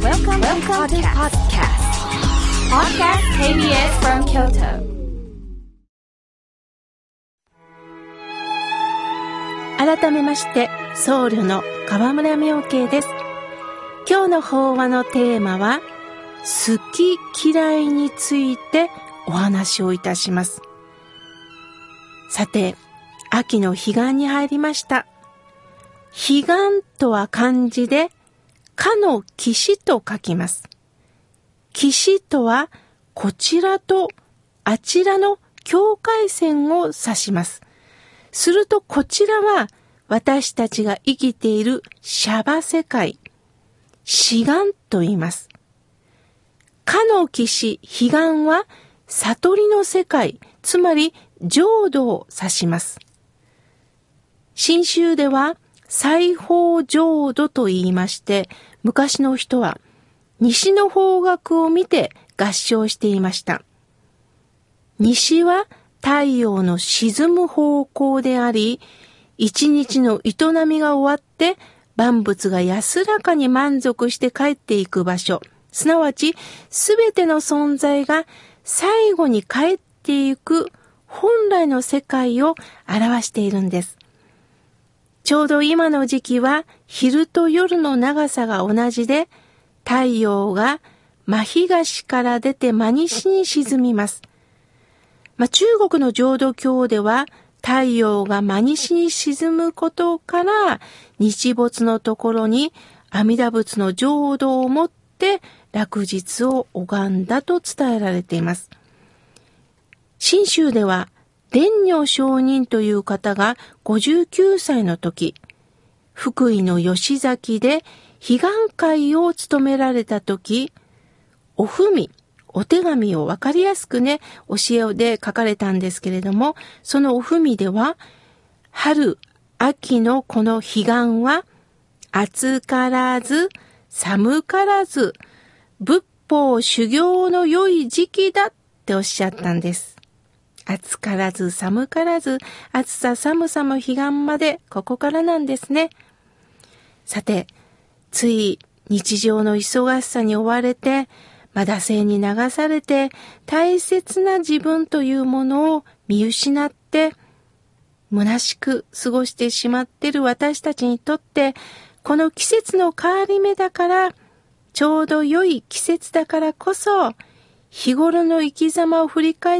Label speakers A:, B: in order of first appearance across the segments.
A: Welcome to podcast. Podcast KBS from Kyoto.
B: 改めまして僧侶の河村明慶です。今日の法話のテーマは好き嫌いについてお話をいたします。さて、秋の彼岸に入りました。彼岸とは漢字でかの岸と書きます。岸とはこちらとあちらの境界線を指します。するとこちらは私たちが生きているシャバ世界、彼岸と言います。かの岸、彼岸は悟りの世界、つまり浄土を指します。真宗では西方浄土と言いまして、昔の人は西の方角を見て合唱していました。西は太陽の沈む方向であり、一日の営みが終わって万物が安らかに満足して帰っていく場所、すなわちすべての存在が最後に帰っていく本来の世界を表しているんです。ちょうど今の時期は昼と夜の長さが同じで、太陽が真東から出て真西に沈みます。中国の浄土教では太陽が真西に沈むことから日没のところに阿弥陀仏の浄土をもって落日を拝んだと伝えられています。真宗では蓮如上人という方が59歳の時、福井の吉崎で彼岸会を務められた時、お文、お手紙をわかりやすくね、教えで書かれたんですけれども、そのお文では、春、秋のこの彼岸は、暑からず、寒からず、仏法修行の良い時期だっておっしゃったんです。暑からず寒からず、暑さ寒さも彼岸までここからなんですね。さて、つい日常の忙しさに追われて、惰性に流されて、大切な自分というものを見失って、虚しく過ごしてしまっている私たちにとって、この季節の変わり目だから、ちょうど良い季節だからこそ、日頃の生き様を振り返って、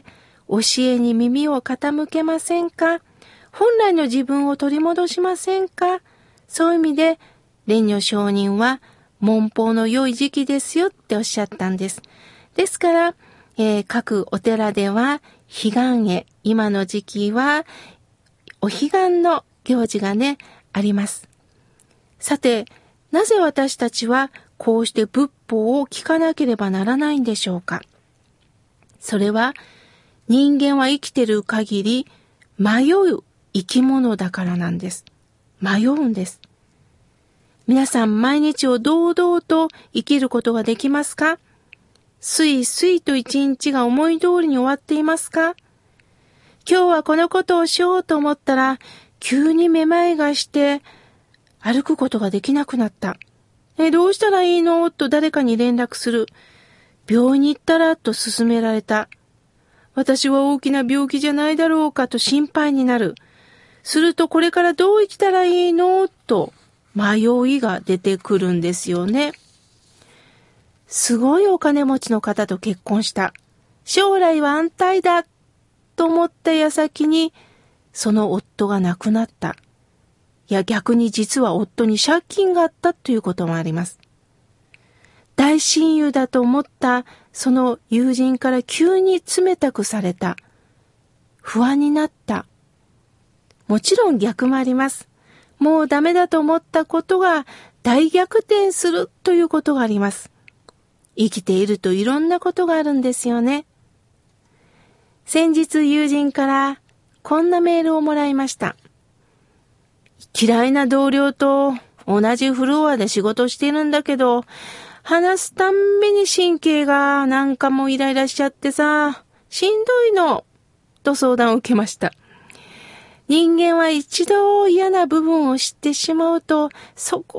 B: 教えに耳を傾けませんか？本来の自分を取り戻しませんか？そういう意味で、蓮如上人は、文法の良い時期ですよっておっしゃったんです。ですから、各お寺では、彼岸へ、今の時期は、お彼岸の行事がね、あります。さて、なぜ私たちは、こうして仏法を聞かなければならないんでしょうか？それは、人間は生きている限り迷う生き物だからなんです。迷うんです。皆さん毎日を堂々と生きることができますか？すいすいと一日が思い通りに終わっていますか？今日はこのことをしようと思ったら急にめまいがして歩くことができなくなった。どうしたらいいの？と誰かに連絡する。病院に行ったらと勧められた。私は大きな病気じゃないだろうかと心配になる。するとこれからどう生きたらいいの？と迷いが出てくるんですよね。すごいお金持ちの方と結婚した。将来は安泰だと思った矢先にその夫が亡くなった。いや逆に実は夫に借金があったということもあります。大親友だと思ったその友人から急に冷たくされた。不安になった。もちろん逆もあります。もうダメだと思ったことが大逆転するということがあります。生きているといろんなことがあるんですよね。先日友人からこんなメールをもらいました。嫌いな同僚と同じフロアで仕事してるんだけど、話すたんびに神経がなんかもうイライラしちゃってさ、しんどいの、と相談を受けました。人間は一度嫌な部分を知ってしまうと、そこ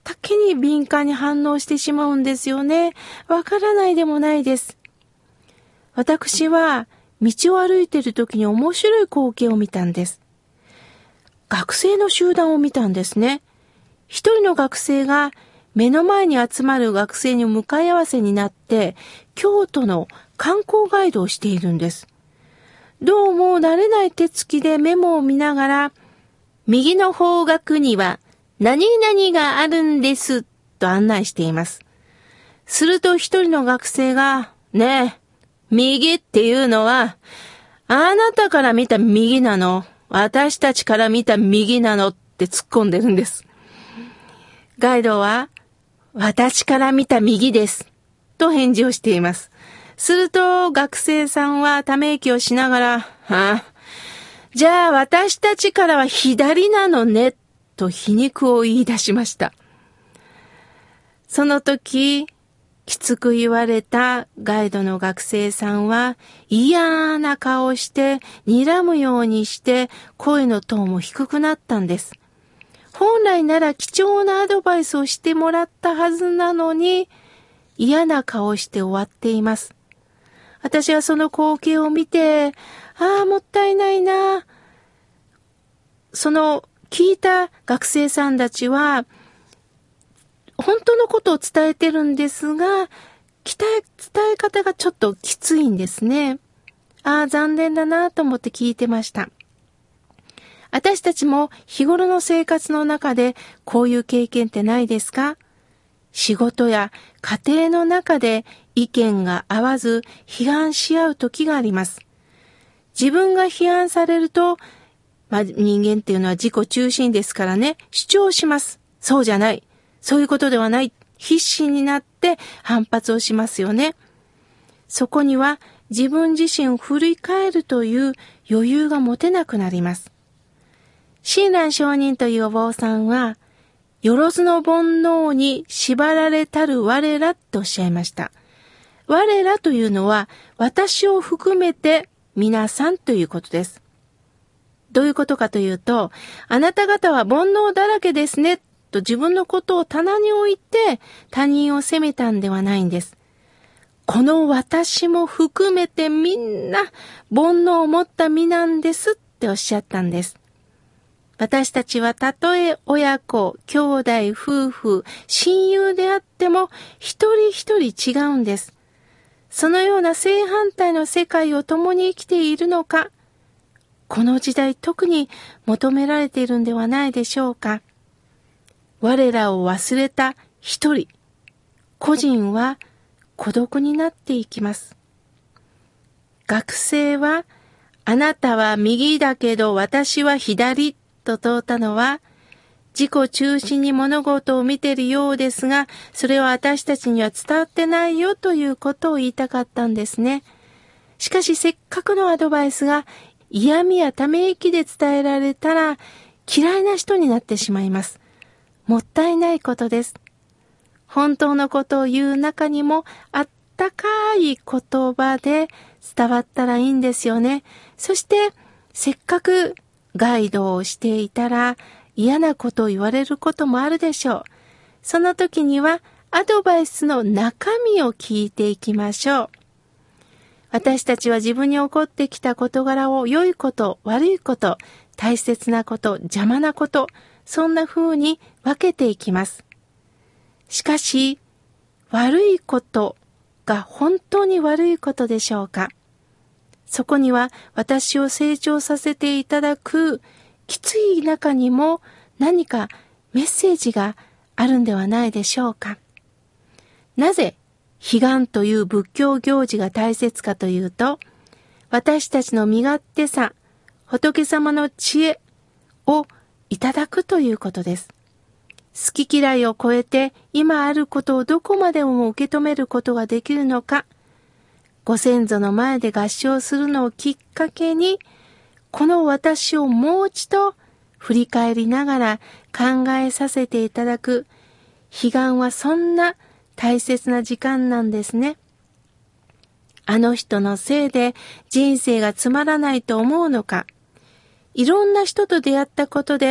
B: けに敏感に反応してしまうんですよね。わからないでもないです。私は道を歩いている時に面白い光景を見たんです。学生の集団を見たんですね。一人の学生が目の前に集まる学生に向かい合わせになって京都の観光ガイドをしているんです。どうも慣れない手つきでメモを見ながら、右の方角には何々があるんですと案内しています。すると一人の学生が、ねえ、右っていうのはあなたから見た右なの、私たちから見た右なのって突っ込んでるんです。ガイドは、私から見た右ですと返事をしています。すると学生さんはため息をしながら、じゃあ私たちからは左なのねと皮肉を言い出しました。その時、きつく言われたガイドの学生さんは嫌な顔をして睨むようにして声のトーンも低くなったんです。本来なら貴重なアドバイスをしてもらったはずなのに嫌な顔をして終わっています。私はその光景を見て、もったいないな。その聞いた学生さんたちは本当のことを伝えてるんですが、伝え方がちょっときついんですね。残念だなと思って聞いてました。私たちも日頃の生活の中でこういう経験ってないですか？仕事や家庭の中で意見が合わず批判し合う時があります。自分が批判されると、人間っていうのは自己中心ですからね、主張します。そうじゃない。そういうことではない。必死になって反発をしますよね。そこには自分自身を振り返るという余裕が持てなくなります。親鸞上人というお坊さんは、よろずの煩悩に縛られたる我らとおっしゃいました。我らというのは私を含めて皆さんということです。どういうことかというと、あなた方は煩悩だらけですねと自分のことを棚に置いて他人を責めたんではないんです。この私も含めてみんな煩悩を持った身なんですっておっしゃったんです。私たちはたとえ親子、兄弟、夫婦、親友であっても一人一人違うんです。そのような正反対の世界を共に生きているのか、この時代特に求められているんではないでしょうか。我らを忘れた一人、個人は孤独になっていきます。学生は、あなたは右だけど私は左と問うたのは、自己中心に物事を見ているようですが、それは私たちには伝わってないよということを言いたかったんですね。しかしせっかくのアドバイスが嫌味やため息で伝えられたら嫌いな人になってしまいます。もったいないことです。本当のことを言う中にもあったかい言葉で伝わったらいいんですよね。そしてせっかくガイドをしていたら嫌なことを言われることもあるでしょう。その時にはアドバイスの中身を聞いていきましょう。私たちは自分に起こってきた事柄を良いこと、悪いこと、大切なこと、邪魔なこと、そんな風に分けていきます。しかし、悪いことが本当に悪いことでしょうか？そこには私を成長させていただくきつい中にも何かメッセージがあるんではないでしょうか。なぜ彼岸という仏教行事が大切かというと、私たちの身勝手さ、仏様の知恵をいただくということです。好き嫌いを超えて今あることをどこまでも受け止めることができるのか、ご先祖の前で合唱するのをきっかけに、この私をもう一度振り返りながら考えさせていただく、彼岸はそんな大切な時間なんですね。あの人のせいで人生がつまらないと思うのか、いろんな人と出会ったことで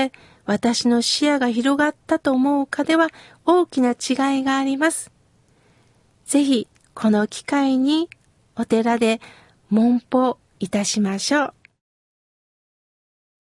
B: 私の視野が広がったと思うかでは大きな違いがあります。ぜひこの機会にお寺で聞法いたしましょう。